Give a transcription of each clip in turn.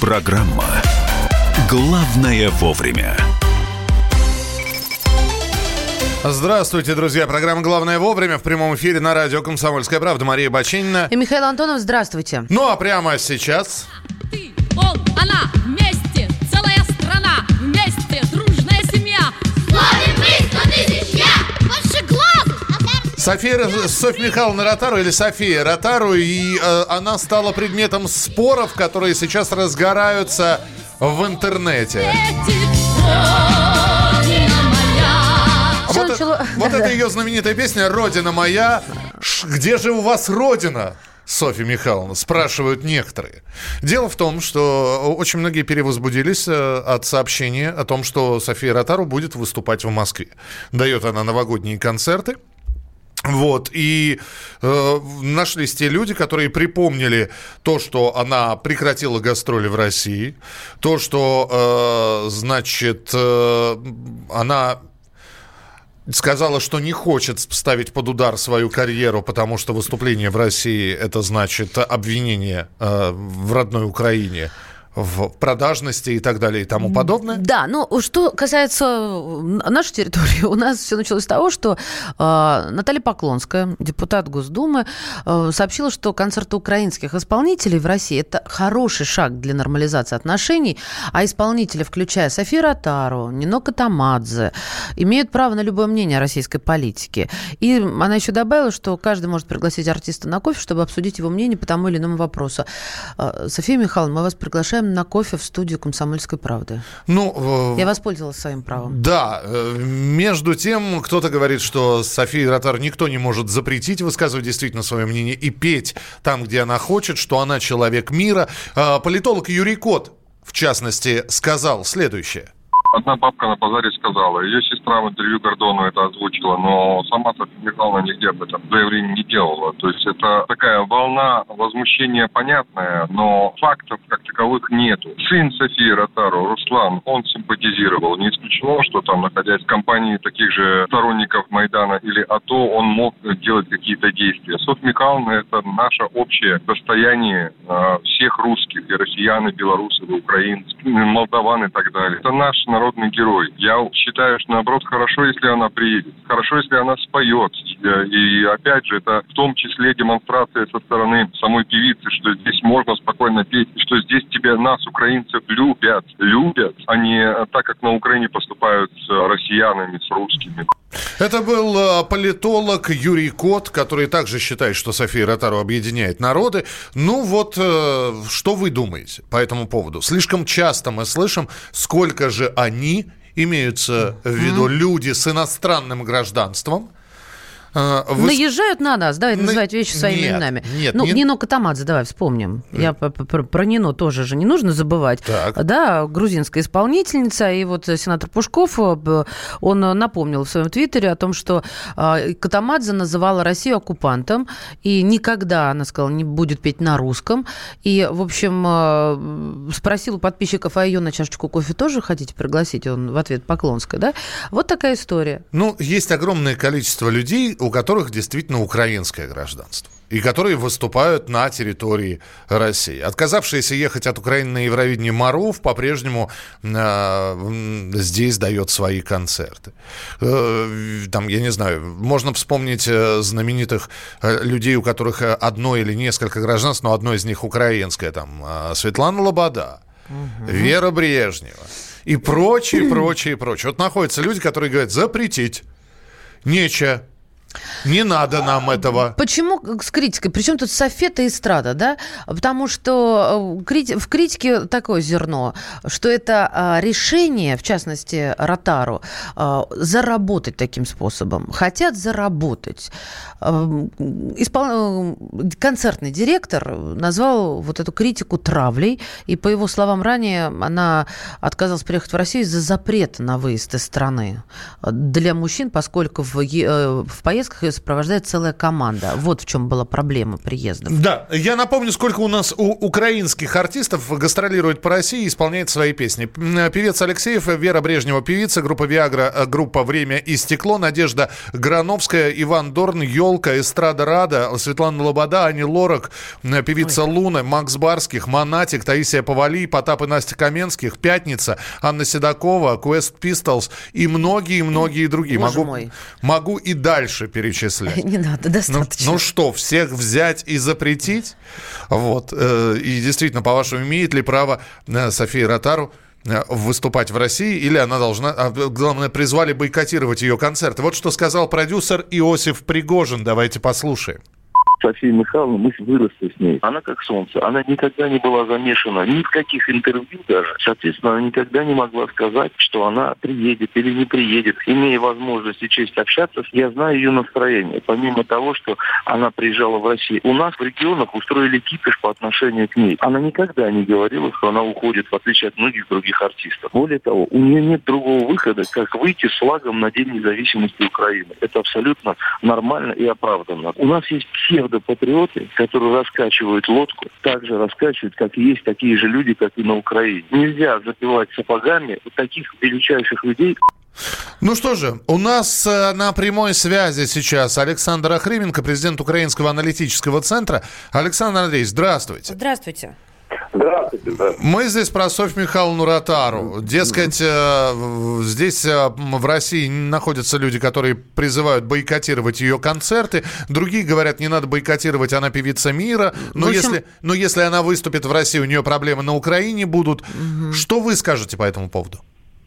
Программа «Главное вовремя». Здравствуйте, друзья. Программа «Главное вовремя» в прямом эфире на радио «Комсомольская правда». Мария Баченина. И Михаил Антонов. Здравствуйте. Ну, а прямо сейчас... Ты, он, она, вместе, целая страна, вместе, дружная семья. Славим мы 100 тысяч я! Больше глаз! Софья Михайловна Ротару или София Ротару, и она стала предметом споров, которые сейчас разгораются в интернете. Вот это ее знаменитая песня «Родина моя». Где же у вас родина, Софья Михайловна? Спрашивают некоторые. Дело в том, что очень многие перевозбудились от сообщения о том, что София Ротару будет выступать в Москве. Дает она новогодние концерты. Вот, и нашлись те люди, которые припомнили то, что она прекратила гастроли в России, то, что, она сказала, что не хочет ставить под удар свою карьеру, потому что выступление в России – это значит обвинение в родной Украине в продажности и так далее и тому подобное. Да, но что касается нашей территории, у нас все началось с того, что Наталья Поклонская, депутат Госдумы, сообщила, что концерты украинских исполнителей в России – это хороший шаг для нормализации отношений, а исполнители, включая Софию Ротару, Нино Катамадзе, имеют право на любое мнение о российской политике. И она еще добавила, что каждый может пригласить артиста на кофе, чтобы обсудить его мнение по тому или иному вопросу. София Михайловна, мы вас приглашаем на кофе в студию «Комсомольской правды». Я воспользовалась своим правом. Да. Между тем, кто-то говорит, что Софии Ротару никто не может запретить высказывать действительно свое мнение и петь там, где она хочет, что она человек мира. Политолог Юрий Кот, в частности, сказал следующее. Одна бабка на базаре сказала, ее сестра в интервью Гордону это озвучила, но сама Софья Михайловна нигде об этом заявление не делала. То есть это такая волна возмущения понятная, но фактов как таковых нету. Сын Софии Ротару, Руслан, он симпатизировал. Не исключено, что там, находясь в компании таких же сторонников Майдана или АТО, он мог делать какие-то действия. Софья Михайловна – это наше общее достояние всех русских, и россиян, и белорусы, и украинцы, и молдаван и так далее. Это наш народный герой. Я считаю, что наоборот хорошо, если она приедет. Хорошо, если она споет. И опять же, это в том числе демонстрация со стороны самой певицы, что здесь можно спокойно петь, что здесь нас, украинцев, любят, а не так, как на Украине поступают с россиянами, с русскими. Это был политолог Юрий Кот, который также считает, что София Ротару объединяет народы. Что вы думаете по этому поводу? Слишком часто мы слышим, сколько же они, имеются в виду люди с иностранным гражданством, наезжают на нас, давай называть вещи своими именами. Нино Катамадзе, давай вспомним. Я про Нино тоже же не нужно забывать. Так. Да, грузинская исполнительница. И вот сенатор Пушков, он напомнил в своем твиттере о том, что Катамадзе называла Россию оккупантом. И никогда, она сказала, не будет петь на русском. И, в общем, спросил у подписчиков, а ее на чашечку кофе тоже хотите пригласить? Он в ответ Поклонская, да? Вот такая история. Есть огромное количество людей, у которых действительно украинское гражданство, и которые выступают на территории России. Отказавшийся ехать от Украины на Евровидение Марув по-прежнему здесь дает свои концерты. Там, я не знаю, можно вспомнить знаменитых людей, у которых одно или несколько гражданств, но одно из них украинское. Там Светлана Лобода, Вера Брежнева и прочие. Вот находятся люди, которые говорят: запретить, нечего. Не надо нам этого. Почему с критикой? Причем тут софет и эстрада, да? Потому что в критике такое зерно, что это решение, в частности, Ротару, заработать таким способом. Хотят заработать. Концертный директор назвал вот эту критику травлей, и, по его словам, ранее она отказалась приехать в Россию из-за запрета на выезд из страны для мужчин, поскольку в поездках ее сопровождает целая команда. Вот в чем была проблема приездов. Да, я напомню, сколько у нас украинских артистов гастролирует по России и исполняет свои песни. Певец Алексеев, Вера Брежнева, певица, группа «Виагра», группа «Время и стекло», Надежда Грановская, Иван Дорн, «Елка», Эстрада Рада, Светлана Лобода, Ани Лорак, певица Луна, Макс Барских, Монатик, Таисия Повали, Потап и Настя Каменских, «Пятница», Анна Седокова, Quest Pistols и многие другие. Могу и дальше перечислять. Не надо, достаточно. Ну что, всех взять и запретить? Вот. И действительно, по-вашему, имеет ли право София Ротару выступать в России, или она должна... Главное, призвали бойкотировать ее концерты. Вот что сказал продюсер Иосиф Пригожин. Давайте послушаем. София Михайловна, мы выросли с ней. Она как солнце. Она никогда не была замешана ни в каких интервью даже. Соответственно, она никогда не могла сказать, что она приедет или не приедет. Имея возможность и честь общаться, я знаю ее настроение. Помимо того, что она приезжала в Россию. У нас в регионах устроили кипиш по отношению к ней. Она никогда не говорила, что она уходит, в отличие от многих других артистов. Более того, у нее нет другого выхода, как выйти с флагом на День независимости Украины. Это абсолютно нормально и оправданно. У нас есть патриоты, которые раскачивают лодку, так же раскачивают, как и есть такие же люди, как и на Украине. Нельзя забивать сапогами таких величайших людей. Ну что же, у нас на прямой связи сейчас Александр Охрименко, президент Украинского аналитического центра. Александр Андреевич, здравствуйте. Здравствуйте. Здравствуйте, да. Мы здесь про Софью Михайловну Ротару. Дескать, здесь в России находятся люди, которые призывают бойкотировать ее концерты. Другие говорят, не надо бойкотировать, она певица мира. Но если она выступит в России, у нее проблемы на Украине будут. Что вы скажете по этому поводу?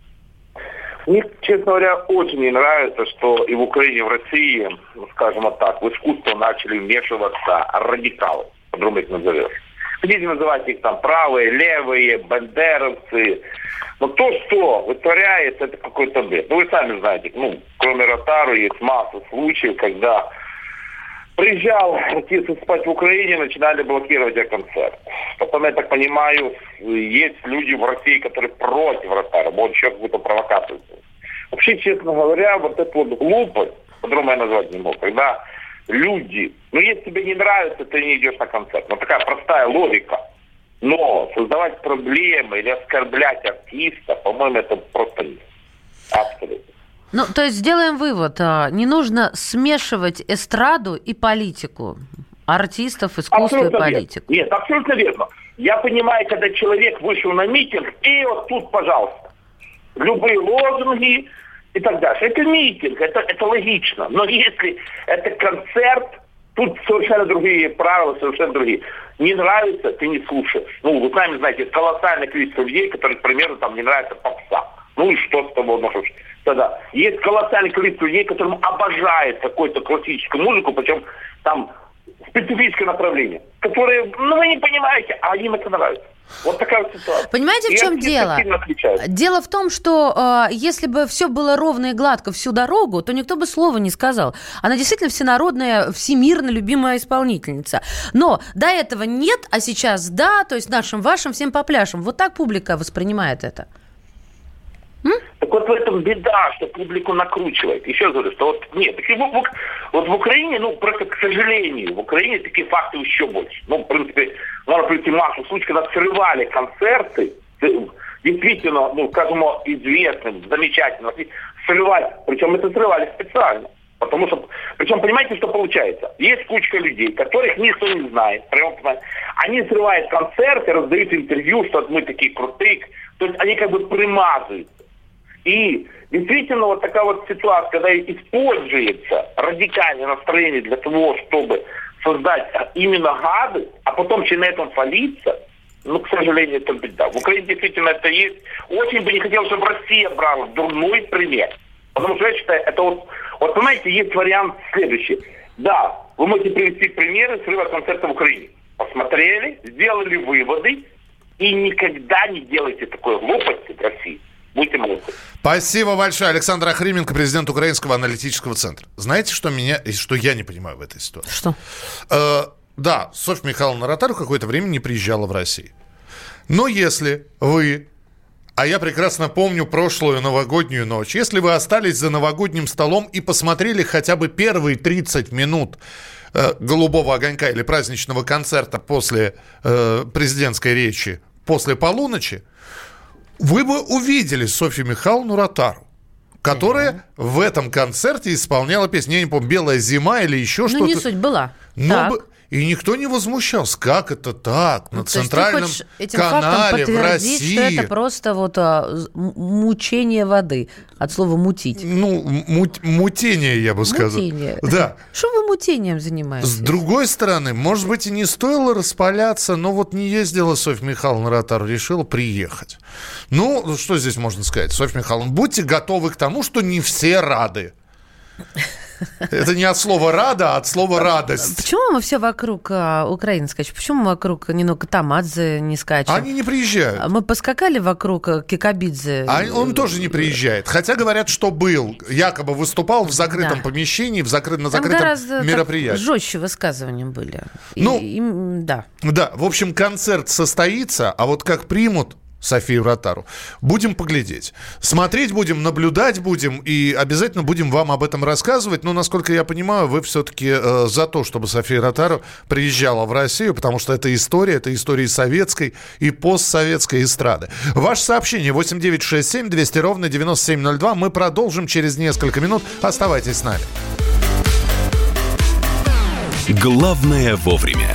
Мне, честно говоря, очень не нравится, что и в Украине, и в России, скажем вот так, в искусство начали вмешиваться радикалы, по-другому их назовешь. Хотите называть их там правые, левые, бандеровцы. Но то, что вытворяется, это какой-то бред. Ну, вы сами знаете, кроме Ротару, есть масса случаев, когда приезжал артист спать в Украине, начинали блокировать ее концерт. Потом, я так понимаю, есть люди в России, которые против Ротару, может, еще какую-то провокацию. Вообще, честно говоря, вот эту вот глупость, по-другому я назвать не мог, когда люди, если тебе не нравится, ты не идешь на концерт. Такая простая логика. Но создавать проблемы или оскорблять артиста, по-моему, это просто нет. Абсолютно. То есть сделаем вывод. Не нужно смешивать эстраду и политику. Артистов, искусство и политику. Нет, абсолютно верно. Я понимаю, когда человек вышел на митинг, и вот тут, пожалуйста, любые лозунги и так дальше. Это митинг, это логично. Но если это концерт, тут совершенно другие правила, совершенно другие. Не нравится, ты не слушаешь. Вы сами знаете, колоссальное количество людей, которым, к примеру, не нравится попса. И что с тобой можешь? Тогда есть колоссальное количество людей, которым обожает какую-то классическую музыку, причем там специфическое направление, которые, вы не понимаете, а им это нравится. Вот такая вот ситуация. Понимаете, в чем дело? Дело в том, что если бы все было ровно и гладко всю дорогу, то никто бы слова не сказал. Она действительно всенародная, всемирно любимая исполнительница. Но до этого нет, а сейчас да, то есть нашим, вашим, всем по пляшам. Вот так публика воспринимает это. Так вот в этом беда, что публику накручивает. Еще раз говорю, что в Украине, просто, к сожалению, в Украине такие факты еще больше. В принципе, можно прийти массу случаев, когда срывали концерты, действительно, скажем, известным, замечательным, срывали, причем это срывали специально. Потому что, причем, понимаете, что получается? Есть кучка людей, которых никто не знает. Они срывают концерты, раздают интервью, что мы такие крутые. То есть они как бы примазывают. И действительно вот такая вот ситуация, когда используется радикальное настроение для того, чтобы создать именно гадость, а потом на этом фалиться, к сожалению, это беда. В Украине действительно это есть. Очень бы не хотел, чтобы Россия брала дурной пример. Потому что я считаю, это вот понимаете, есть вариант следующий. Да, вы можете привести примеры срыва концерта в Украине. Посмотрели, сделали выводы и никогда не делайте такой глупости в России. Будьте молодцы. Спасибо большое. Александр Охрименко, президент Украинского аналитического центра. Знаете, что я не понимаю в этой ситуации? Что? Да, Софья Михайловна Ротару какое-то время не приезжала в Россию. Но если вы А я прекрасно помню прошлую новогоднюю ночь. Если вы остались за новогодним столом и посмотрели хотя бы первые 30 минут «Голубого огонька» или праздничного концерта после президентской речи, после полуночи, вы бы увидели Софью Михайловну Ротару, которая в этом концерте исполняла песню. Я не помню, «Белая зима» или еще что-то. Ну, не суть была. Так. И никто не возмущался. Как это так? На центральном этим канале в России. Что это просто вот мучение воды. От слова «мутить». Ну, мутение, я бы сказал. Мутение. Да. Что вы мутением занимаетесь? С другой стороны, может быть, и не стоило распаляться, но вот не ездила Софья Михайловна Ротару, решила приехать. Ну, что здесь можно сказать? Софья Михайловна, будьте готовы к тому, что не все рады. Это не от слова «рада», а от слова «радость». Почему мы все вокруг Украины скачем? Почему мы вокруг Нино Катамадзе не скачем? Они не приезжают. Мы поскакали вокруг Кикабидзе. А он тоже не приезжает. Хотя говорят, что был. Якобы выступал в закрытом помещении, на закрытом мероприятии. Жестче высказывания были. Да. Да, в общем, концерт состоится, а вот как примут Софию Ротару, будем поглядеть. Смотреть будем, наблюдать будем и обязательно будем вам об этом рассказывать. Но, насколько я понимаю, вы все-таки за то, чтобы София Ротару приезжала в Россию, потому что это история советской и постсоветской эстрады. Ваше сообщение 8967 200 ровно 9702. Мы продолжим через несколько минут. Оставайтесь с нами. Главное вовремя.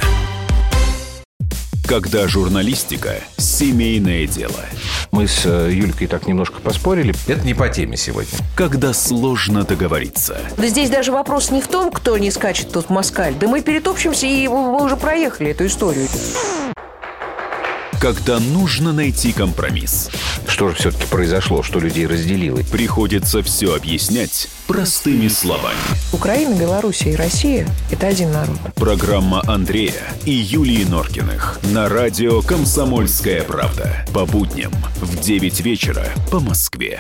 Когда журналистика – семейное дело. Мы с Юлькой так немножко поспорили. Это не по теме сегодня. Когда сложно договориться. Да здесь даже вопрос не в том, кто не скачет тут москаль. Да мы перетопчемся, и мы уже проехали эту историю. Когда нужно найти компромисс. Что же все-таки произошло, что людей разделило? Приходится все объяснять простыми словами. Украина, Белоруссия и Россия – это один народ. Программа Андрея и Юлии Норкиных на радио «Комсомольская правда». По будням в 9 вечера по Москве.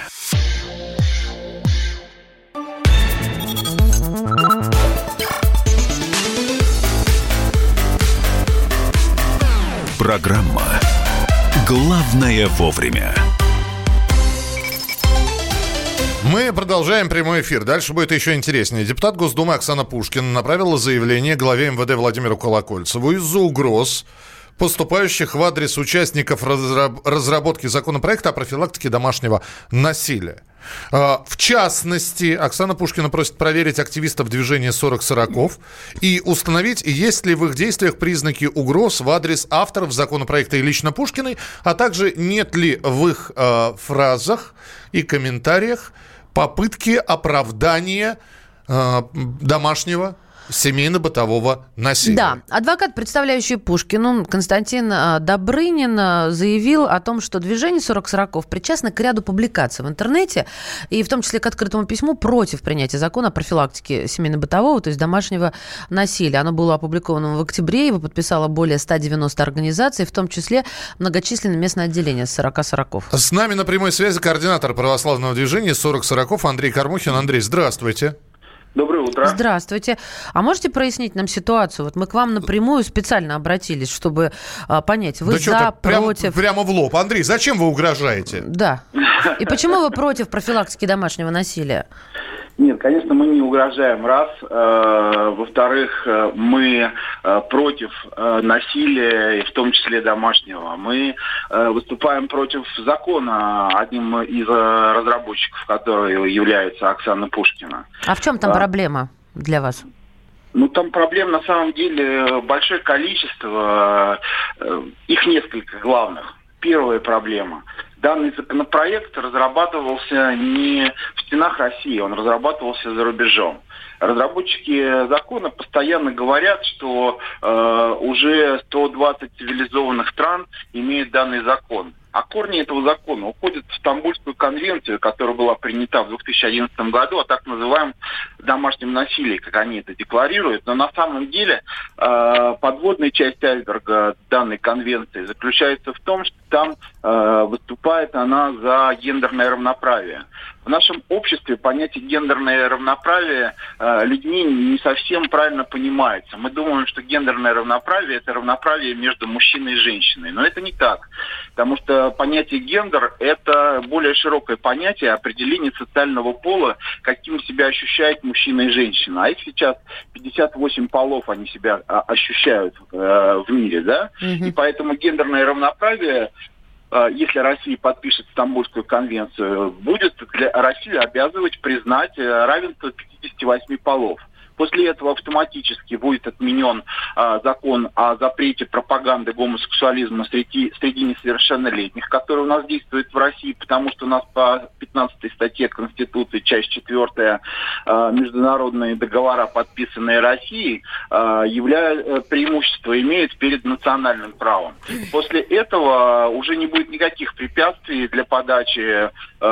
Программа «Главное вовремя». Мы продолжаем прямой эфир. Дальше будет еще интереснее. Депутат Госдумы Оксана Пушкина направила заявление главе МВД Владимиру Колокольцеву из-за угроз, поступающих в адрес участников разработки законопроекта о профилактике домашнего насилия. В частности, Оксана Пушкина просит проверить активистов движения 40-40 и установить, есть ли в их действиях признаки угроз в адрес авторов законопроекта и лично Пушкиной, а также нет ли в их фразах и комментариях попытки оправдания домашнего семейно-бытового насилия. Да, адвокат, представляющий Пушкину, Константин Добрынин, заявил о том, что движение 40-40 причастно к ряду публикаций в интернете, и в том числе к открытому письму против принятия закона о профилактике семейно-бытового, то есть домашнего насилия. Оно было опубликовано в октябре, его подписало более 190 организаций, в том числе многочисленное местное отделение 40-40. С нами на прямой связи координатор православного движения 40-40 Андрей Кормухин. Андрей, здравствуйте. Доброе утро. Здравствуйте. А можете прояснить нам ситуацию? Вот мы к вам напрямую специально обратились, чтобы понять, вы за, против... Прямо в лоб. Андрей, зачем вы угрожаете? Да. И почему вы против профилактики домашнего насилия? Нет, конечно, мы не угрожаем, раз. Во-вторых, мы против насилия, в том числе домашнего. Мы выступаем против закона, одним из разработчиков, который является Оксана Пушкина. А в чем там проблема для вас? Ну, там проблем на самом деле большое количество, их несколько главных. Первая проблема. Данный законопроект разрабатывался не в стенах России, он разрабатывался за рубежом. Разработчики закона постоянно говорят, что уже 120 цивилизованных стран имеют данный закон. А корни этого закона уходят в Стамбульскую конвенцию, которая была принята в 2011 году, о так называемом домашнем насилии, как они это декларируют. Но на самом деле подводная часть айсберга данной конвенции заключается в том, что там выступает она за гендерное равноправие. в нашем обществе понятие гендерное равноправие людьми не совсем правильно понимается. Мы думаем, что гендерное равноправие – это равноправие между мужчиной и женщиной. Но это не так. Потому что понятие гендер – это более широкое понятие определения социального пола, каким себя ощущает мужчина и женщина. А их сейчас 58 полов они себя ощущают в мире, да? И поэтому гендерное равноправие, если Россия подпишет Стамбульскую конвенцию, будет для России обязывать признать равенство 58 полов. После этого автоматически будет отменен закон о запрете пропаганды гомосексуализма среди несовершеннолетних, который у нас действует в России, потому что у нас по 15 статье Конституции, часть 4, международные договора, подписанные Россией, преимущество имеют перед национальным правом. После этого уже не будет никаких препятствий для подачи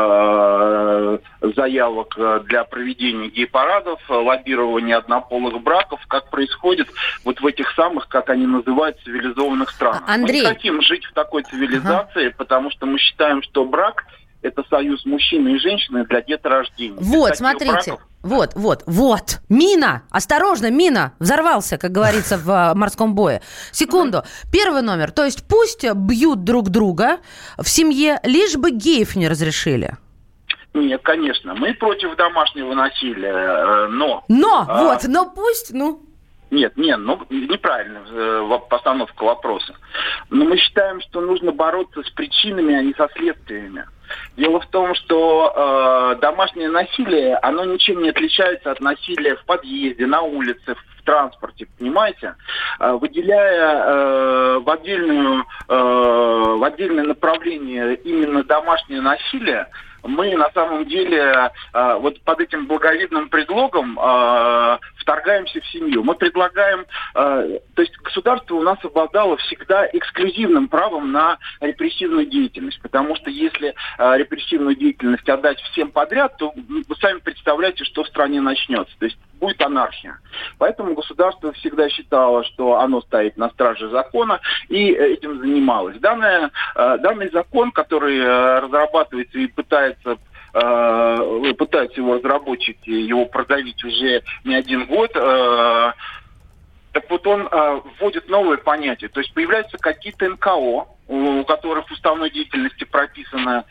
заявок для проведения гей-парадов, лоббирования однополых браков, как происходит вот в этих самых, как они называют, цивилизованных странах. Андрей. Мы не хотим жить в такой цивилизации, потому что мы считаем, что брак – это союз мужчины и женщины для деторождения. Вот, смотрите. Вот. Мина! Осторожно, мина! Взорвался, как говорится, в морском бое. Секунду. Первый номер. То есть пусть бьют друг друга в семье, лишь бы геев не разрешили. Нет, конечно. Мы против домашнего насилия, но пусть. Нет, неправильная постановка вопроса. Но мы считаем, что нужно бороться с причинами, а не со следствиями. Дело в том, что домашнее насилие, оно ничем не отличается от насилия в подъезде, на улице, в транспорте, понимаете? Выделяя в отдельное направление именно домашнее насилие, мы на самом деле вот под этим благовидным предлогом вторгаемся в семью. Мы предлагаем, то есть государство у нас обладало всегда эксклюзивным правом на репрессивную деятельность, потому что если репрессивную деятельность отдать всем подряд, то вы сами представляете, что в стране начнется. То есть будет анархия. Поэтому государство всегда считало, что оно стоит на страже закона, и этим занималось. Данный закон, который разрабатывается и пытаются его разработчики его продавить уже не один год, так вот он вводит новые понятия. То есть появляются какие-то НКО, у которых в уставной деятельности прописано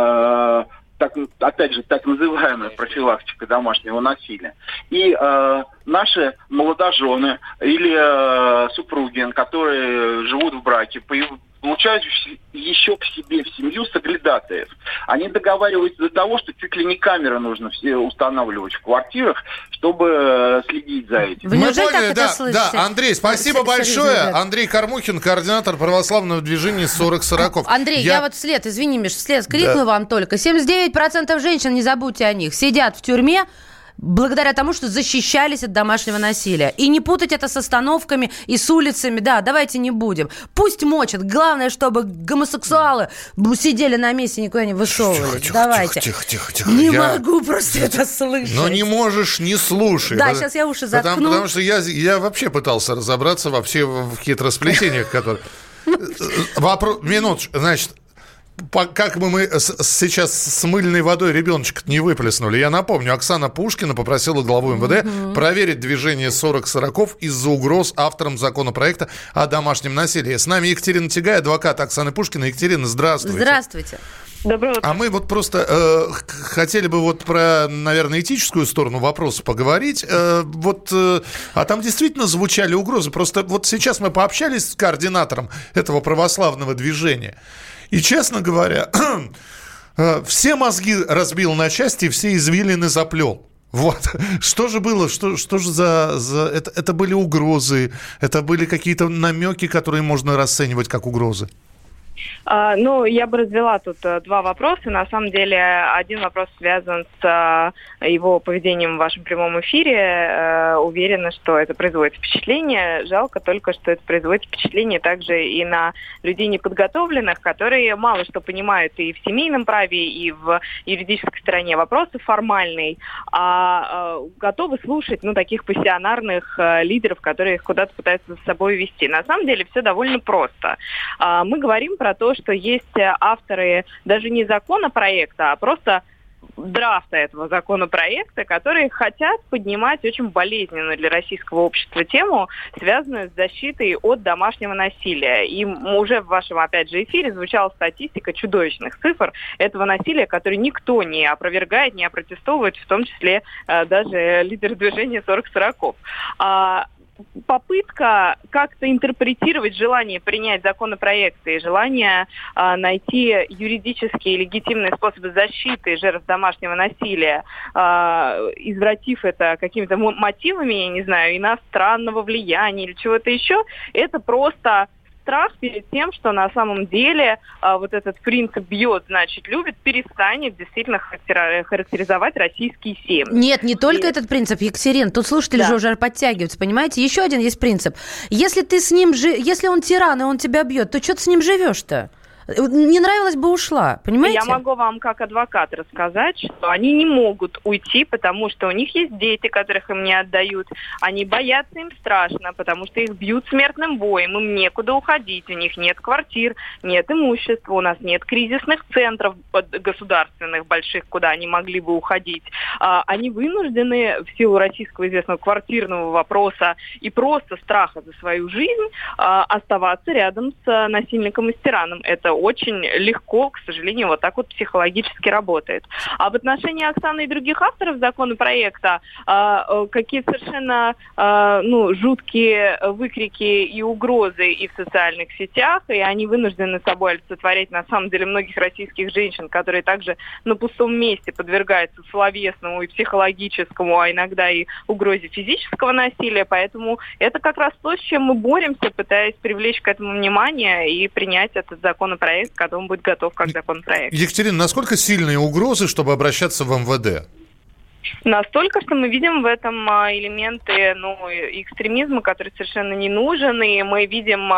так называемая профилактика домашнего насилия. И наши молодожены или супруги, которые живут в браке, получают еще к себе в семью соглядатаев. Они договариваются до того, что чуть ли не камеры нужно устанавливать в квартирах, чтобы следить за этим. Вы Мы поняли, да, Андрей, спасибо большое. Андрей Кормухин, координатор православного движения 40-40. Андрей, я вот вслед крикну вам только. 79% женщин, не забудьте о них, сидят в тюрьме благодаря тому, что защищались от домашнего насилия. И не путать это с остановками и с улицами. Да, давайте не будем. Пусть мочат. Главное, чтобы гомосексуалы сидели на месте, никуда не высовывались. Давайте. Тихо. Не могу просто это слышать. Но не можешь, не слушай. Да, сейчас я уши заткну. Потому что я вообще пытался разобраться во всех хитросплетениях, которые... Минуточку, значит... Как бы мы сейчас с мыльной водой ребеночка не выплеснули. Я напомню, Оксана Пушкина попросила главу МВД проверить движение 40-40 из-за угроз авторам законопроекта о домашнем насилии. С нами Екатерина Тягай, адвокат Оксаны Пушкины. Екатерина, здравствуйте. Здравствуйте. Доброе утро. А мы вот просто хотели бы вот про, наверное, этическую сторону вопроса поговорить. А там действительно звучали угрозы. Просто вот сейчас мы пообщались с координатором этого православного движения. И, честно говоря, все мозги разбил на части, все извилины заплел. Вот. Что же было? Что же за... Это были угрозы? Это были какие-то намеки, которые можно расценивать как угрозы? Я бы развела тут два вопроса. На самом деле, один вопрос связан с его поведением в вашем прямом эфире. Уверена, что это производит впечатление. Жалко только, что это производит впечатление также и на людей неподготовленных, которые мало что понимают и в семейном праве, и в юридической стороне вопроса формальной, а готовы слушать таких пассионарных лидеров, которые их куда-то пытаются с собой вести. На самом деле все довольно просто. Мы говорим про то, что есть авторы даже не законопроекта, а просто драфта этого законопроекта, которые хотят поднимать очень болезненную для российского общества тему, связанную с защитой от домашнего насилия. И уже в вашем, опять же, эфире звучала статистика чудовищных цифр этого насилия, которое никто не опровергает, не опротестовывает, в том числе даже лидер движения 40-40. Попытка как-то интерпретировать желание принять законопроекты и желание найти юридические легитимные способы защиты жертв домашнего насилия, извратив это какими-то мотивами, я не знаю, иностранного влияния или чего-то еще, это просто страх перед тем, что на самом деле вот этот принцип «бьет, значит, любит» перестанет действительно характеризовать российские семьи. Нет, не только этот принцип, Екатерина. Тут слушатели же уже подтягиваются, понимаете? Еще один есть принцип. Если ты с ним, если он тиран и он тебя бьет, то что ты с ним живешь-то? Не нравилось бы, ушла, понимаете? Я могу вам как адвокат рассказать, что они не могут уйти, потому что у них есть дети, которых им не отдают. Они боятся, им страшно, потому что их бьют смертным боем, им некуда уходить, у них нет квартир, нет имущества, у нас нет кризисных центров государственных больших, куда они могли бы уходить. Они вынуждены в силу российского известного квартирного вопроса и просто страха за свою жизнь оставаться рядом с насильником и с тираном. Это очень легко, к сожалению, вот так вот психологически работает. А в отношении Оксаны и других авторов законопроекта какие-то совершенно жуткие выкрики и угрозы и в социальных сетях, и они вынуждены собой олицетворять на самом деле многих российских женщин, которые также на пустом месте подвергаются словесному и психологическому, а иногда и угрозе физического насилия. Поэтому это как раз то, с чем мы боремся, пытаясь привлечь к этому внимание и принять этот законопроект, когда он будет готов как законопроект. Екатерина, насколько сильные угрозы, чтобы обращаться в МВД? Настолько, что мы видим в этом элементы экстремизма, который совершенно не нужен, и мы видим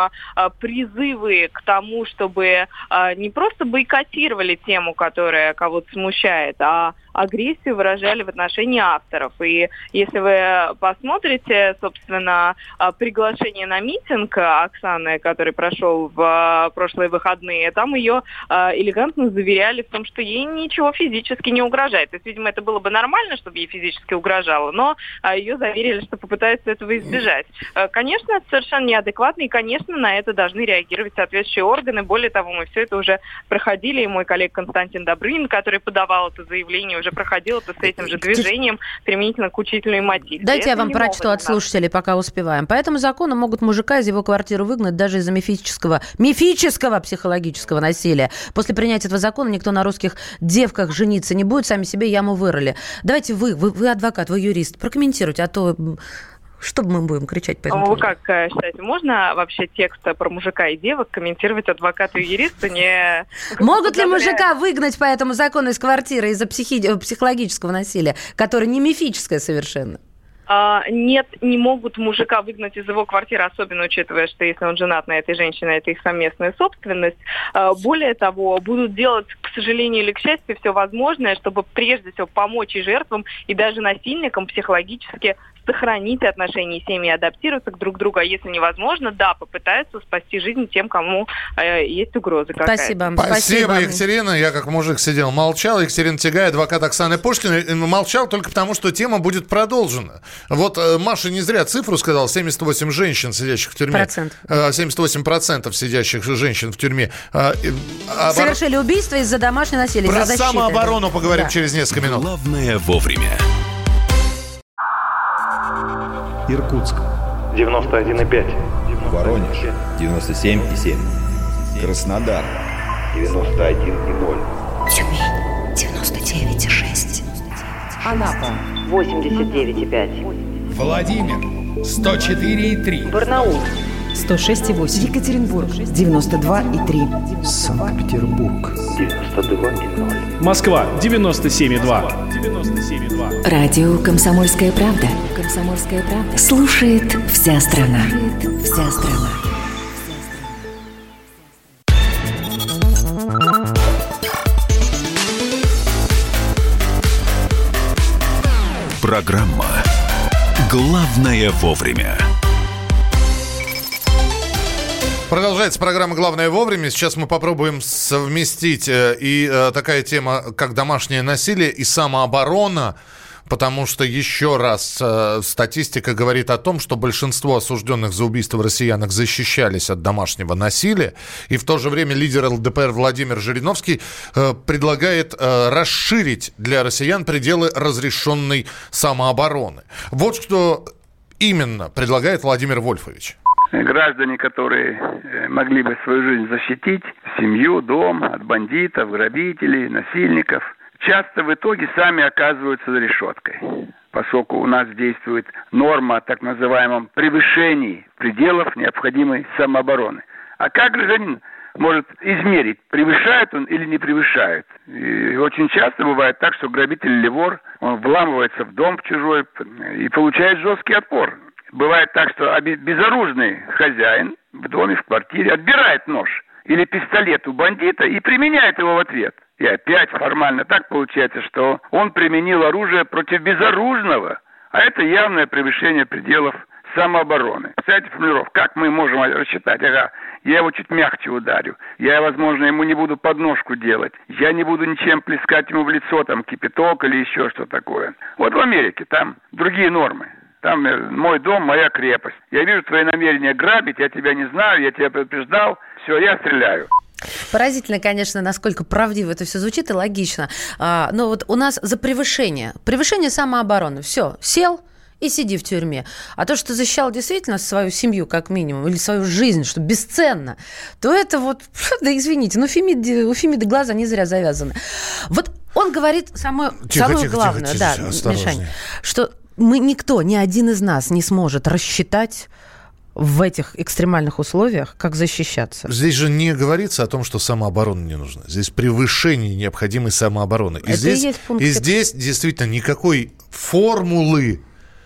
призывы к тому, чтобы не просто бойкотировали тему, которая кого-то смущает, а агрессию выражали в отношении авторов. И если вы посмотрите, собственно, приглашение на митинг Оксаны, который прошел в прошлые выходные, там ее элегантно заверяли в том, что ей ничего физически не угрожает. То есть, видимо, это было бы нормально, чтобы ей физически угрожало, но ее заверили, что попытаются этого избежать. Конечно, это совершенно неадекватно, и, конечно, на это должны реагировать соответствующие органы. Более того, мы все это уже проходили, и мой коллега Константин Добрынин, который подавал это заявление, уже проходил это с этим же движением применительно к учителю и Матильде. Дайте я вам прочту от слушателей, пока успеваем. По этому закону могут мужика из его квартиры выгнать даже из-за мифического психологического насилия. После принятия этого закона никто на русских девках жениться не будет, сами себе яму вырыли. Давайте вы адвокат, вы юрист, прокомментируйте, а то... Что мы будем кричать по этому поводу? Вы как считаете, можно вообще текст про мужика и девок комментировать адвокату и юристу? Могут ли мужика выгнать по этому закону из квартиры из-за психологического насилия, которое не мифическое совершенно? Нет, не могут мужика выгнать из его квартиры, особенно учитывая, что если он женат на этой женщине, это их совместная собственность. Более того, будут делать, к сожалению или к счастью, все возможное, чтобы прежде всего помочь и жертвам, и даже насильникам психологически сохранить отношения семьи, адаптироваться друг к другу, а если невозможно, попытаются спасти жизнь тем, кому есть угроза какая-то. Спасибо, Екатерина. Я как мужик сидел, молчал. Екатерина Тягай, адвокат Оксаны Пушкиной, молчал только потому, что тема будет продолжена. Вот Маша не зря цифру сказала, 78 женщин, сидящих в тюрьме. 78% сидящих женщин в тюрьме. Совершили убийство из-за домашнего насилия. Про самооборону поговорим через несколько минут. Главное вовремя. Иркутск 91,5. Воронеж 97,7. Краснодар 91,0. Тюмень 99,6. Анапа 89,5. Владимир 104,3. Барнаул 106,8. Екатеринбург 92,3. Санкт-Петербург 92,0. Москва 97,2. Радио «Комсомольская правда». «Комсомольская правда». Слушает вся страна. Вся страна. Программа «Главное вовремя». Продолжается программа «Главное вовремя». Сейчас мы попробуем совместить и такая тема, как домашнее насилие и самооборона, потому что, еще раз, статистика говорит о том, что большинство осужденных за убийство россиянок защищались от домашнего насилия. И в то же время лидер ЛДПР Владимир Жириновский предлагает расширить для россиян пределы разрешенной самообороны. Вот что именно предлагает Владимир Вольфович. Граждане, которые могли бы свою жизнь защитить, семью, дом от бандитов, грабителей, насильников, часто в итоге сами оказываются за решеткой, поскольку у нас действует норма о так называемом превышении пределов необходимой самообороны. А как гражданин может измерить, превышает он или не превышает? И очень часто бывает так, что грабитель или вор, он вламывается в дом в чужой и получает жесткий отпор. Бывает так, что безоружный хозяин в доме, в квартире отбирает нож или пистолет у бандита и применяет его в ответ. И опять формально так получается, что он применил оружие против безоружного, а это явное превышение пределов самообороны. Представляете формулировку, как мы можем рассчитать? Ага, я его чуть мягче ударю, я, возможно, ему не буду подножку делать, я не буду ничем плескать ему в лицо, там, кипяток или еще что такое. Вот в Америке там другие нормы. Там мой дом, моя крепость. Я вижу твои намерения грабить, я тебя не знаю, я тебя предупреждал, все, я стреляю. Поразительно, конечно, насколько правдиво это все звучит и логично. Но вот у нас за превышение самообороны. Все, сел и сиди в тюрьме. А то, что защищал действительно свою семью, как минимум, или свою жизнь, что бесценно, то это вот, да извините, но у Фемиды глаза не зря завязаны. Вот он говорит самое главное, Мишань, что никто, ни один из нас не сможет рассчитать в этих экстремальных условиях, как защищаться. Здесь же не говорится о том, что самооборона не нужна. Здесь превышение необходимой самообороны. И здесь действительно никакой формулы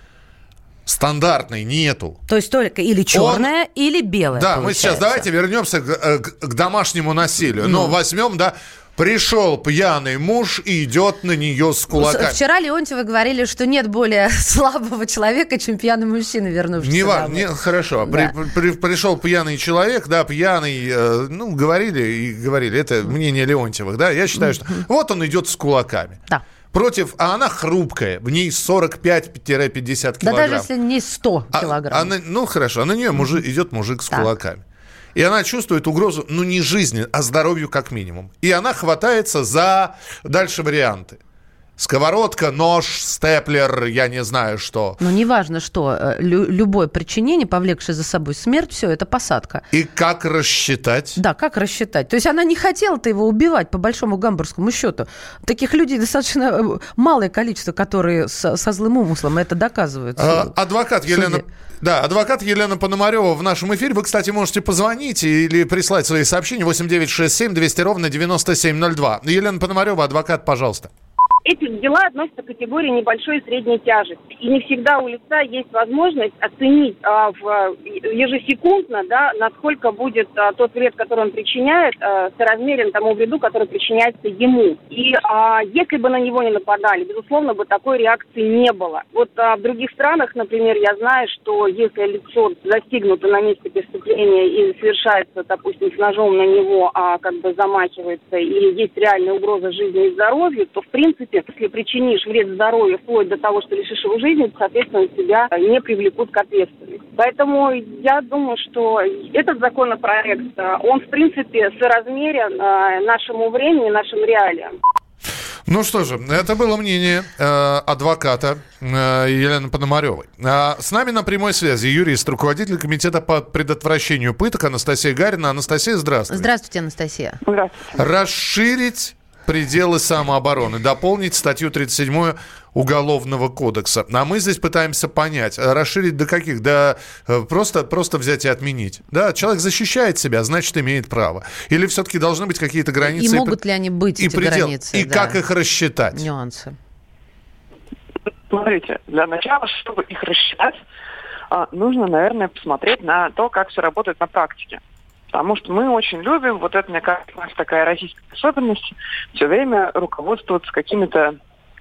стандартной нету. То есть только или черное, или белое. Да, мы сейчас давайте вернемся к домашнему насилию. Но возьмем, пришел пьяный муж и идет на нее с кулаками. Вчера Леонтьевы говорили, что нет более слабого человека, чем пьяный мужчина, вернувшийся домой. Хорошо. Да. Пришел пьяный человек, пьяный, говорили, это мнение Леонтьевых, я считаю, что вот он идет с кулаками. Да. А она хрупкая, в ней 45-50 килограмм. Да даже если не 100 килограмм. Хорошо, а на нее идет мужик с кулаками. И она чувствует угрозу, не жизни, а здоровью как минимум. И она хватается за дальше варианты. Сковородка, нож, степлер, я не знаю что. Неважно что, любое причинение, повлекшее за собой смерть, все, это посадка. И как рассчитать? Да, как рассчитать? То есть она не хотела-то его убивать, по большому гамбургскому счету. Таких людей достаточно малое количество, которые со злым умыслом это доказывают. Адвокат Елена Пономарева в нашем эфире. Вы, кстати, можете позвонить или прислать свои сообщения 8967-200-97-02. Елена Пономарева, адвокат, пожалуйста. Эти дела относятся к категории небольшой и средней тяжести. И не всегда у лица есть возможность оценить ежесекундно, насколько будет тот вред, который он причиняет, соразмерен тому вреду, который причиняется ему. И если бы на него не нападали, безусловно, бы такой реакции не было. Вот в других странах, например, я знаю, что если лицо застигнуто на месте преступления и совершается, допустим, с ножом на него, замахивается, и есть реальная угроза жизни и здоровью, то, в принципе, если причинишь вред здоровью вплоть до того, что лишишь его жизни, соответственно, тебя не привлекут к ответственности. Поэтому я думаю, что этот законопроект, он, в принципе, соразмерен нашему времени, нашим реалиям. Ну что же, это было мнение адвоката Елены Пономаревой. С нами на прямой связи юрист, руководитель комитета по предотвращению пыток Анастасия Гарина. Анастасия, здравствуйте. Здравствуйте, Анастасия. Здравствуйте. Расширить пределы самообороны, дополнить статью 37 Уголовного кодекса. А мы здесь пытаемся понять, расширить до каких? Просто взять и отменить. Человек защищает себя, значит, имеет право. Или все-таки должны быть какие-то границы? И могут ли они быть, эти границы? И как их рассчитать? Нюансы. Смотрите, для начала, чтобы их рассчитать, нужно, наверное, посмотреть на то, как все работает на практике. Потому что мы очень любим, это, мне кажется, у нас такая российская особенность, все время руководствоваться какими-то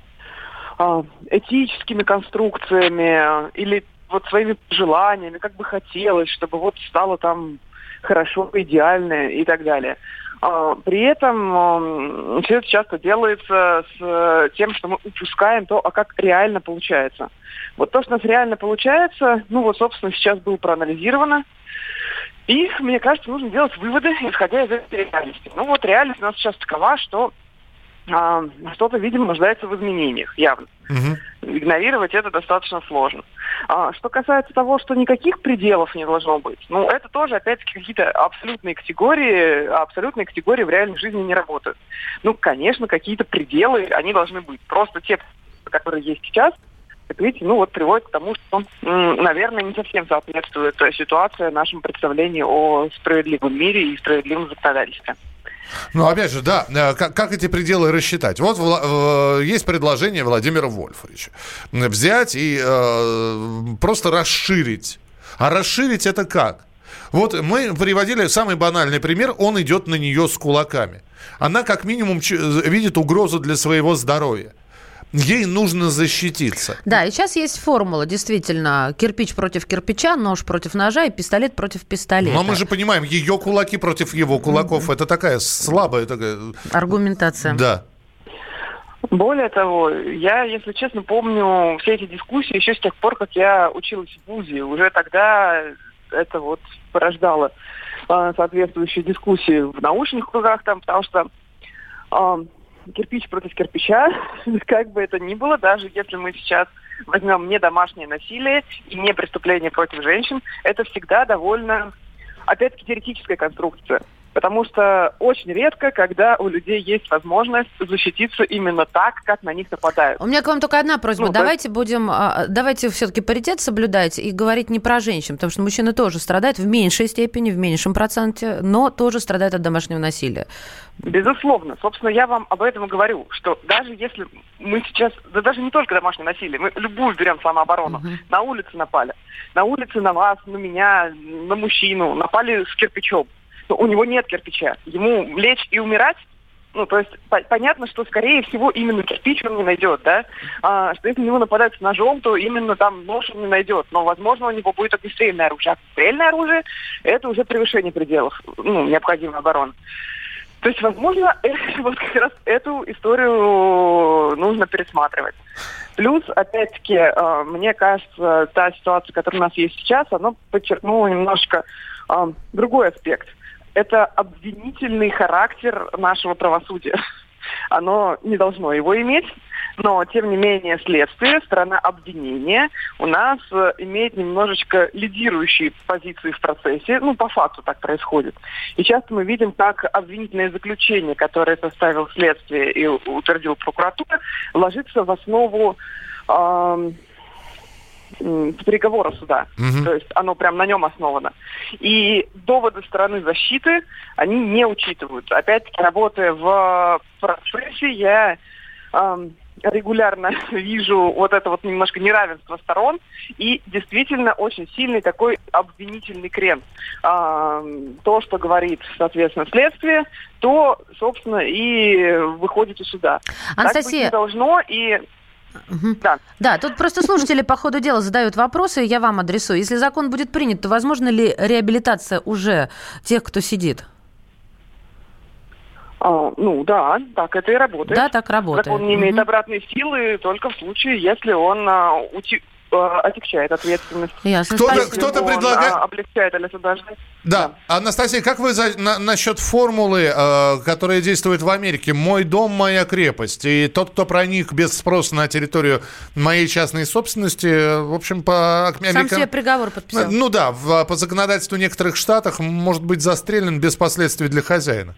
этическими конструкциями или своими желаниями, как бы хотелось, чтобы стало там хорошо, идеальное и так далее. При этом все это часто делается с тем, что мы упускаем то, а как реально получается. Вот то, что у нас реально получается, собственно, сейчас было проанализировано. И, мне кажется, нужно делать выводы, исходя из этой реальности. Реальность у нас сейчас такова, что что-то, видимо, нуждается в изменениях, явно. Игнорировать это достаточно сложно. Что касается того, что никаких пределов не должно быть, это тоже, опять-таки, какие-то абсолютные категории в реальной жизни не работают. Конечно, какие-то пределы, они должны быть. Просто те, которые есть сейчас, как видите, приводит к тому, что, наверное, не совсем соответствует ситуация нашему представлению о справедливом мире и справедливом законодательстве. Опять же, да, как эти пределы рассчитать? Вот есть предложение Владимира Вольфовича. Взять и просто расширить. А расширить это как? Вот мы приводили самый банальный пример. Он идет на нее с кулаками. Она как минимум видит угрозу для своего здоровья. Ей нужно защититься. Да, и сейчас есть формула, действительно, кирпич против кирпича, нож против ножа и пистолет против пистолета. Но мы же понимаем, ее кулаки против его кулаков, это такая слабая аргументация. Да. Более того, я, если честно, помню все эти дискуссии еще с тех пор, как я училась в вузе. Уже тогда это порождало соответствующие дискуссии в научных кругах, потому что кирпич против кирпича, как бы это ни было, даже если мы сейчас возьмем не домашнее насилие и не преступление против женщин, это всегда довольно, опять-таки, теоретическая конструкция. Потому что очень редко, когда у людей есть возможность защититься именно так, как на них нападают. У меня к вам только одна просьба. Давайте все-таки паритет соблюдать и говорить не про женщин, потому что мужчины тоже страдают в меньшей степени, в меньшем проценте, но тоже страдают от домашнего насилия. Безусловно. Собственно, я вам об этом и говорю, что даже если мы сейчас, да даже не только домашнее насилие, мы любую берем самооборону, на улице напали, на улице на вас, на меня, на мужчину, напали с кирпичом. Но у него нет кирпича. Ему лечь и умирать, то есть понятно, что, скорее всего, именно кирпич он не найдет, да? Что если на него нападают с ножом, то именно там нож он не найдет. Но, возможно, у него будет огнестрельное оружие. А стрельное оружие – это уже превышение пределов, необходимой обороны. То есть, возможно, как раз эту историю нужно пересматривать. Плюс, опять-таки, мне кажется, та ситуация, которая у нас есть сейчас, она подчеркнула немножко другой аспект. Это обвинительный характер нашего правосудия. Оно не должно его иметь, но, тем не менее, следствие, сторона обвинения у нас имеет немножечко лидирующие позиции в процессе. По факту так происходит. И часто мы видим, как обвинительное заключение, которое составил следствие и утвердил прокуратура, ложится в основу приговора суда. То есть оно прям на нем основано. И доводы стороны защиты, они не учитываются. Опять-таки, работая в процессе, я регулярно вижу это немножко неравенство сторон и действительно очень сильный такой обвинительный крен. То, что говорит, соответственно, следствие, то, собственно, и выходит из суда. Анастасия. Так быть не должно, и... Да, тут просто слушатели по ходу дела задают вопросы, я вам адресую. Если закон будет принят, то возможно ли реабилитация уже тех, кто сидит? Да, так это и работает. Да, так работает. Закон не имеет обратной силы только в случае, если он отягчает ответственность. Ясно. Кто-то предлагает... облегчает или освобождает. Да. Анастасия, как вы насчет формулы, которая действует в Америке? «Мой дом, моя крепость». И тот, кто проник без спроса на территорию моей частной собственности, в общем, по... Сам себе приговор подписал. По законодательству некоторых штатов может быть застрелен без последствий для хозяина.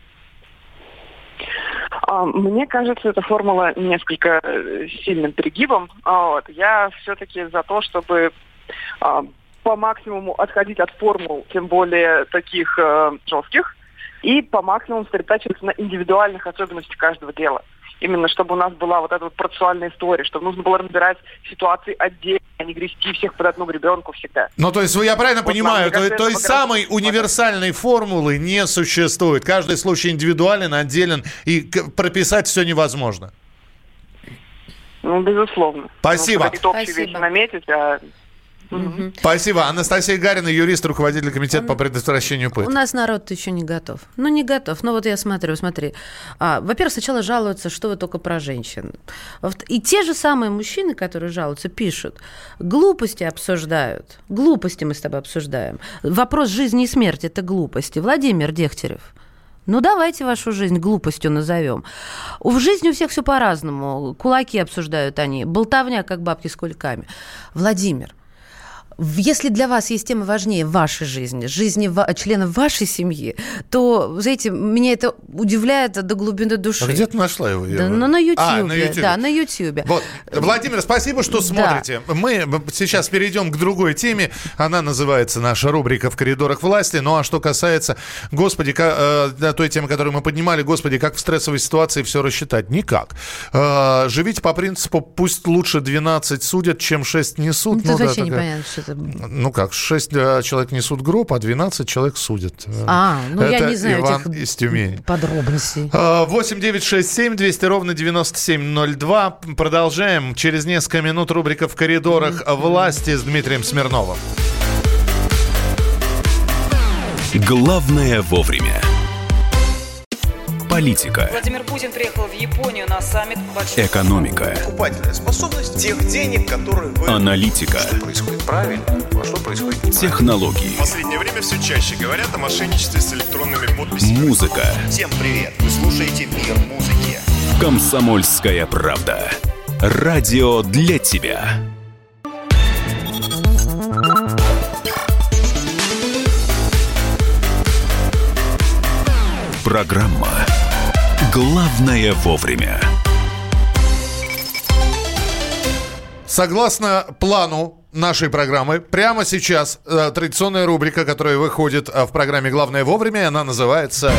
Мне кажется, эта формула несколько сильным перегибом. Я все-таки за то, чтобы по максимуму отходить от формул, тем более таких жестких, и по максимуму сосредотачиваться на индивидуальных особенностях каждого дела. Именно чтобы у нас была эта процессуальная история, чтобы нужно было разбирать ситуации отдельно, а не грести всех под одну гребенку всегда. То есть, я правильно понимаю, той самой универсальной формулы не существует. Каждый случай индивидуален, отделен, и прописать все невозможно. Безусловно. Спасибо. Общие вещи наметить, Спасибо. Анастасия Гарина, юрист, руководитель комитета по предотвращению пыток. У нас народ еще не готов. Не готов. Вот я смотрю. Во-первых, сначала жалуются, что вы только про женщин. И те же самые мужчины, которые жалуются, пишут. Глупости обсуждают. Глупости мы с тобой обсуждаем. Вопрос жизни и смерти – это глупости. Владимир Дегтярев. Давайте вашу жизнь глупостью назовем. В жизни у всех все по-разному. Кулаки обсуждают они. Болтовня, как бабки с кульками. Владимир, если для вас есть тема важнее вашей жизни членов вашей семьи, то, знаете, меня это удивляет до глубины души. А где ты нашла его? На Ютьюбе. Да, на Ютьюбе. Вот. Владимир, спасибо, что смотрите. Да. Мы сейчас перейдем к другой теме. Она называется наша рубрика «В коридорах власти». Ну, а что касается, господи, той темы, которую мы поднимали, господи, как в стрессовой ситуации все рассчитать? Никак. Живите по принципу «пусть лучше 12 судят, чем 6 несут». Это вообще непонятно, что это. 6 человек несут гроб, а 12 человек судят. Я не знаю Иван этих из Тюмени. Подробностей. 8-967-200-97-02. Продолжаем. Через несколько минут рубрика «В коридорах власти» с Дмитрием Смирновым. Главное вовремя. Политика. Владимир Путин приехал в Японию на саммит большой... Экономика. Покупательная способность тех денег, которые вы... Аналитика. Что происходит правильно, а что происходит неправильно. Технологии. В последнее время все чаще говорят о мошенничестве с электронными подписями. Музыка. Всем привет. Вы слушаете «Мир музыки». Комсомольская правда. Радио для тебя. Программа «Главное вовремя». Согласно плану нашей программы, прямо сейчас традиционная рубрика, которая выходит в программе «Главное вовремя», она называется...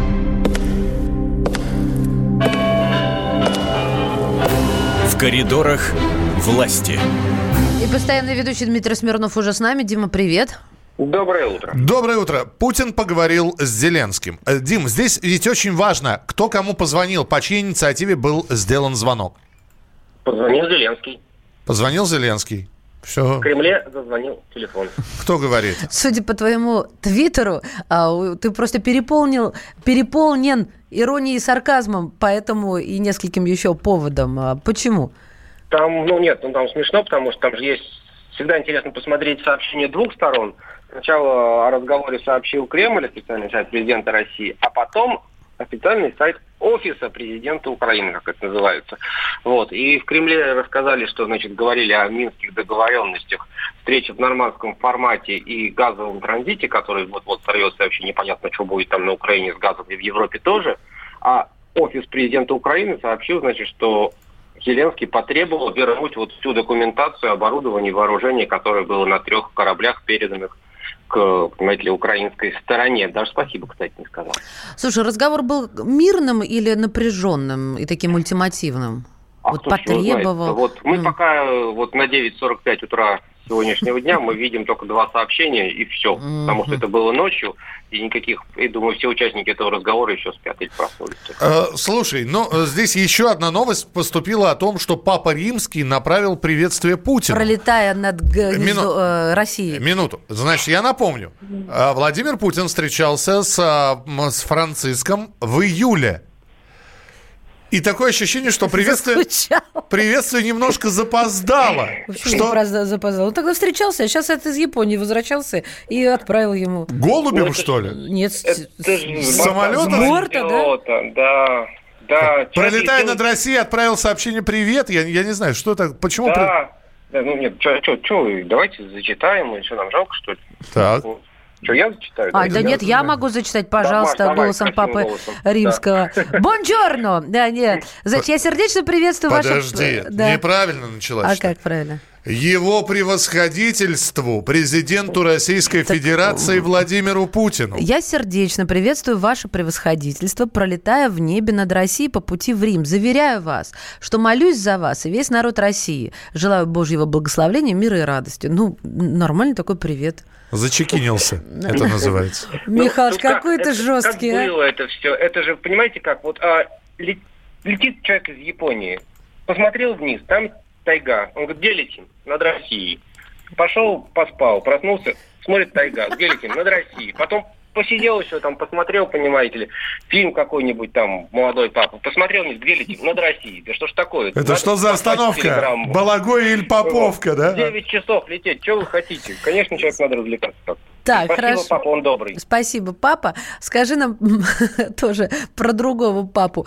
В коридорах власти. И постоянный ведущий Дмитрий Смирнов уже с нами. Дима, привет. Доброе утро. Доброе утро. Путин поговорил с Зеленским. Дим, здесь ведь очень важно, кто кому позвонил, по чьей инициативе был сделан звонок. Позвонил Зеленский. Позвонил Зеленский. Все. В Кремле зазвонил телефон. Кто говорит? Судя по твоему твиттеру, ты просто переполнен иронией и сарказмом, поэтому и нескольким еще поводом. Почему? Там смешно, потому что там же есть... Всегда интересно посмотреть сообщения двух сторон. Сначала о разговоре сообщил Кремль, официальный сайт президента России, а потом официальный сайт офиса президента Украины, как это называется. И в Кремле рассказали, что, говорили о минских договоренностях, встрече в нормандском формате и газовом транзите, который вот сорвется, вообще непонятно, что будет там на Украине с газом, и в Европе тоже. А офис президента Украины сообщил, что Зеленский потребовал вернуть всю документацию, оборудование и вооружение, которое было на 3 кораблях, переданных к, украинской стороне. Даже спасибо, кстати, не сказал. Слушай, разговор был мирным или напряженным и таким ультимативным? Потребовал. Мы пока на 9:45 утра сегодняшнего дня мы видим только 2 сообщения и все. Потому что это было ночью, и никаких, я думаю, все участники этого разговора еще спят или проснулись. Слушай, здесь еще одна новость поступила о том, что Папа Римский направил приветствие Путину. Пролетая над Россией. Минуту. Значит, я напомню. Владимир Путин встречался с Франциском в июле. И такое ощущение, что приветствие немножко запоздало. Почему запоздало? Он тогда встречался, а сейчас из Японии возвращался и отправил ему. Голубем, что ли? Нет, с самолета? С борта, да? Да. Пролетая над Россией, отправил сообщение «Привет». Я не знаю, что это, почему... Да, давайте зачитаем, что нам жалко, что ли? Так. Что, я зачитаю? Я могу зачитать, пожалуйста, голосом Папы Римского. Бонджорно! Да, нет. Значит, я сердечно приветствую ваших... Подожди, неправильно началась. А как правильно? Его превосходительству, президенту Российской Федерации Владимиру Путину. Я сердечно приветствую ваше превосходительство, пролетая в небе над Россией по пути в Рим. Заверяю вас, что молюсь за вас и весь народ России. Желаю Божьего благословения, мира и радости. Нормальный такой привет. Зачекинился, это называется. Михалыч, какой ты жесткий. Как было это все? Это же, понимаете, как летит человек из Японии, посмотрел вниз, там тайга. Он говорит, где летим? Над Россией. Пошел, поспал, проснулся, смотрит тайга, где летим? Над Россией. Потом посидел еще там, посмотрел, понимаете ли, фильм какой-нибудь там, «Молодой папа». Посмотрел, где летим? Над Россией. Да что ж такое? Это что за остановка? Балагой или Поповка, да? 9 часов лететь, что вы хотите? Конечно, человек надо развлекаться. Так, спасибо, хорошо. Папа, он добрый. Спасибо, папа. Скажи нам тоже про другого папу.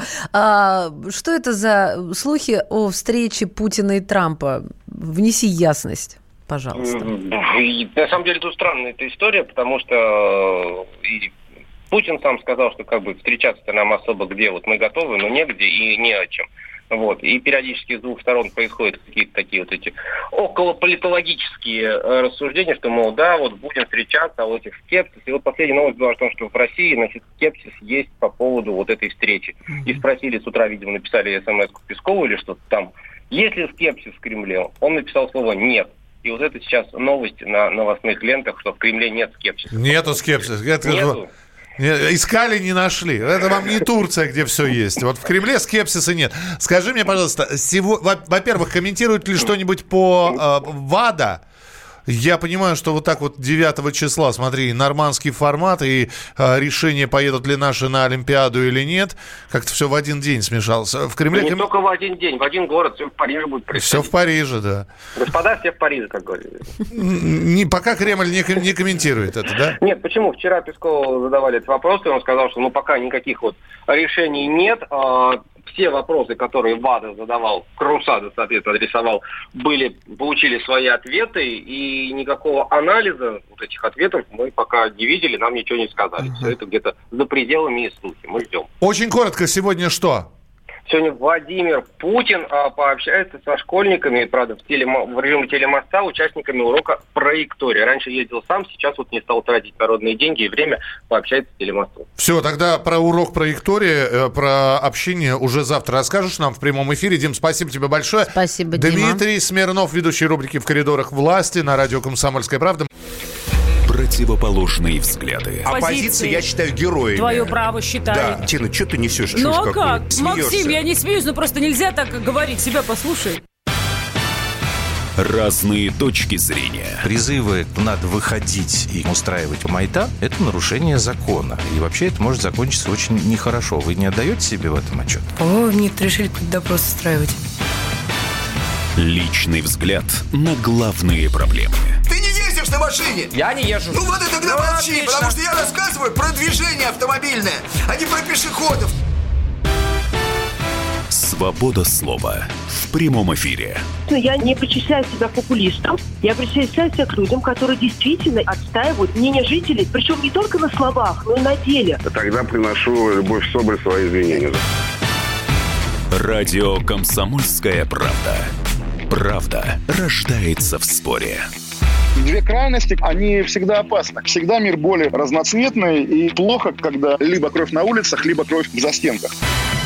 Что это за слухи о встрече Путина и Трампа? Внеси ясность, пожалуйста. На самом деле, тут странная эта история, потому что и Путин сам сказал, что как бы встречаться-то нам особо где, вот мы готовы, но негде и не о чем. Вот. И периодически с двух сторон происходят какие-то такие вот эти околополитологические рассуждения, что, мол, да, вот будем встречаться, а вот этих скепсис. И вот последняя новость была о том, что в России, значит, скепсис есть по поводу вот этой встречи. И спросили с утра, видимо, написали смс-ку Пескову или что-то там. Есть ли скепсис в Кремле? Он написал слово «нет». И вот это сейчас новость на новостных лентах, что в Кремле нет скепсиса. Нету скепсиса. Нету. Искали, не нашли. Это вам не Турция, где все есть. Вот в Кремле скепсиса нет. Скажи мне, пожалуйста, во-первых, комментирует ли что-нибудь по ВАДА? Я понимаю, что вот так вот 9 числа, смотри, нормандский формат, и решение, поедут ли наши на Олимпиаду или нет, как-то все в один день смешалось. В Кремле... Не только в один день, в один город, все в Париже будет происходить. Все в Париже, да. Господа, все в Париже, как говорили. Пока Кремль не комментирует это, да? Нет, почему? Вчера Пескову задавали этот вопрос, и он сказал, что пока никаких вот решений нет. Все вопросы, которые ВАДА задавал, Крусада, соответственно, адресовал, получили свои ответы, и никакого анализа вот этих ответов мы пока не видели, нам ничего не сказали. Все это где-то за пределами и слухи. Мы ждем. Очень коротко, сегодня что? Сегодня Владимир Путин пообщается со школьниками, правда, в режиме телемоста, участниками урока проектория. Раньше ездил сам, сейчас вот не стал тратить народные деньги и время, пообщается с телемостом. Все, тогда про урок проектория, про общение уже завтра расскажешь нам в прямом эфире. Дим, спасибо тебе большое. Спасибо, Дима. Дмитрий Смирнов, ведущий рубрики «В коридорах власти» на радио «Комсомольская правда». Противоположные взгляды. Оппозиция, я считаю, героями. Твое право считаю. Да. Тина, что ты несешь? Ну а как? Смеешься. Максим, я не смеюсь, но просто нельзя так говорить. Себя послушай. Разные точки зрения. Призывы «надо выходить и устраивать майдан» — это нарушение закона. И вообще это может закончиться очень нехорошо. Вы не отдаете себе в этом отчет? По-моему, нет, решили какой-то допрос устраивать. Личный взгляд на главные проблемы. Ты не ездишь на машине? Я не езжу. Ну вот и тогда молчи, потому что я рассказываю про движение автомобильное, а не про пешеходов. Свобода слова в прямом эфире. Я не причисляю себя к популистам. Я причисляю себя к людям, которые действительно отстаивают мнение жителей. Причем не только на словах, но и на деле. Тогда приношу Любовь Соболь свои извинения. Радио «Комсомольская правда». Правда рождается в споре. Две крайности, они всегда опасны. Всегда мир более разноцветный, и плохо, когда либо кровь на улицах, либо кровь в застенках.